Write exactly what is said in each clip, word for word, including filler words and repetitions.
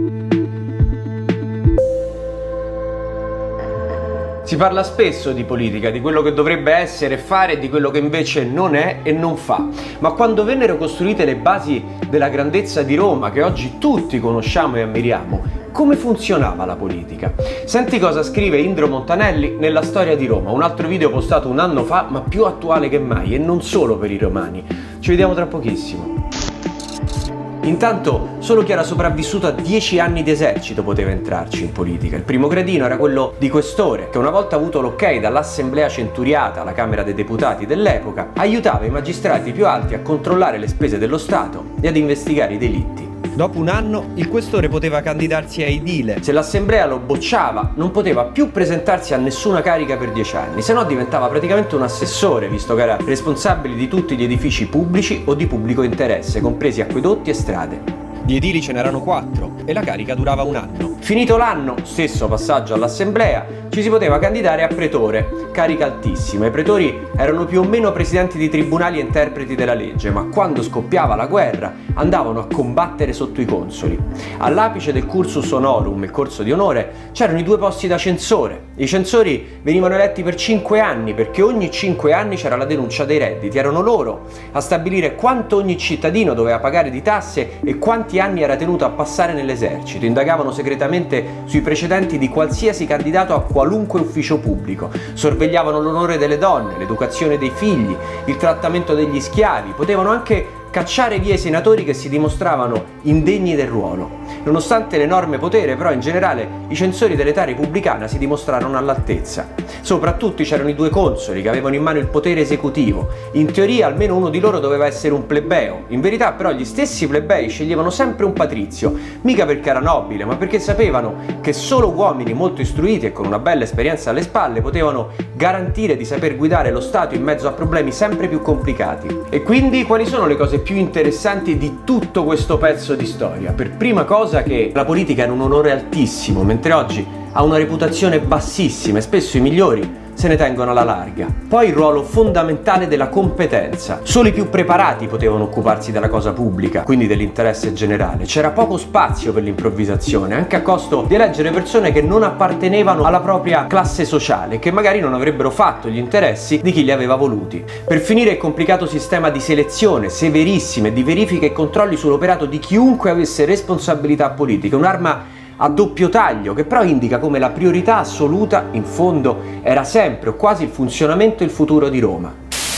Si parla spesso di politica, di quello che dovrebbe essere, fare e di quello che invece non è e non fa. Ma quando vennero costruite le basi della grandezza di Roma, che oggi tutti conosciamo e ammiriamo, come funzionava la politica? Senti cosa scrive Indro Montanelli nella Storia di Roma, un altro video postato un anno fa, ma più attuale che mai, e non solo per i romani. Ci vediamo tra pochissimo. Intanto solo chi era sopravvissuto a dieci anni di esercito poteva entrarci in politica. Il primo gradino era quello di questore, che una volta avuto l'ok dall'assemblea centuriata, la Camera dei Deputati dell'epoca, aiutava i magistrati più alti a controllare le spese dello Stato e ad investigare i delitti. Dopo un anno il questore poteva candidarsi a edile. Se l'assemblea lo bocciava non poteva più presentarsi a nessuna carica per dieci anni, se no diventava praticamente un assessore, visto che era responsabile di tutti gli edifici pubblici o di pubblico interesse, compresi acquedotti e strade. Di edili ce n'erano quattro e la carica durava un anno. Finito l'anno, stesso passaggio all'assemblea, ci si poteva candidare a pretore, carica altissima. I pretori erano più o meno presidenti di tribunali e interpreti della legge, ma quando scoppiava la guerra andavano a combattere sotto i consoli. All'apice del cursus honorum, il corso di onore, c'erano i due posti da censore. I censori venivano eletti per cinque anni, perché ogni cinque anni c'era la denuncia dei redditi. Erano loro a stabilire quanto ogni cittadino doveva pagare di tasse e quanti anni era tenuto a passare nell'esercito. Indagavano segretamente sui precedenti di qualsiasi candidato a qualunque ufficio pubblico. Sorvegliavano l'onore delle donne, l'educazione dei figli, il trattamento degli schiavi. Potevano anche cacciare via i senatori che si dimostravano indegni del ruolo. Nonostante l'enorme potere, però, in generale i censori dell'età repubblicana si dimostrarono all'altezza. Soprattutto c'erano i due consoli che avevano in mano il potere esecutivo. In teoria almeno uno di loro doveva essere un plebeo. In verità però gli stessi plebei sceglievano sempre un patrizio, mica perché era nobile, ma perché sapevano che solo uomini molto istruiti e con una bella esperienza alle spalle potevano garantire di saper guidare lo Stato in mezzo a problemi sempre più complicati. E quindi quali sono le cose più interessanti di tutto questo pezzo di storia? Per prima cosa che la politica era un onore altissimo, mentre oggi ha una reputazione bassissima e spesso i migliori se ne tengono alla larga. Poi il ruolo fondamentale della competenza. Solo i più preparati potevano occuparsi della cosa pubblica, quindi dell'interesse generale. C'era poco spazio per l'improvvisazione, anche a costo di eleggere persone che non appartenevano alla propria classe sociale, che magari non avrebbero fatto gli interessi di chi li aveva voluti. Per finire il complicato sistema di selezione, severissime, di verifiche e controlli sull'operato di chiunque avesse responsabilità politica, un'arma a doppio taglio, che però indica come la priorità assoluta, in fondo, era sempre o quasi il funzionamento e il futuro di Roma.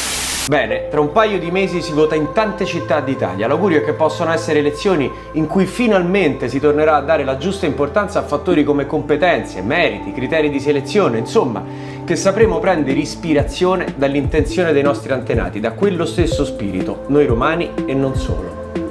Bene, tra un paio di mesi si vota in tante città d'Italia. L'augurio è che possano essere elezioni in cui finalmente si tornerà a dare la giusta importanza a fattori come competenze, meriti, criteri di selezione, insomma, che sapremo prendere ispirazione dall'intenzione dei nostri antenati, da quello stesso spirito, noi romani e non solo.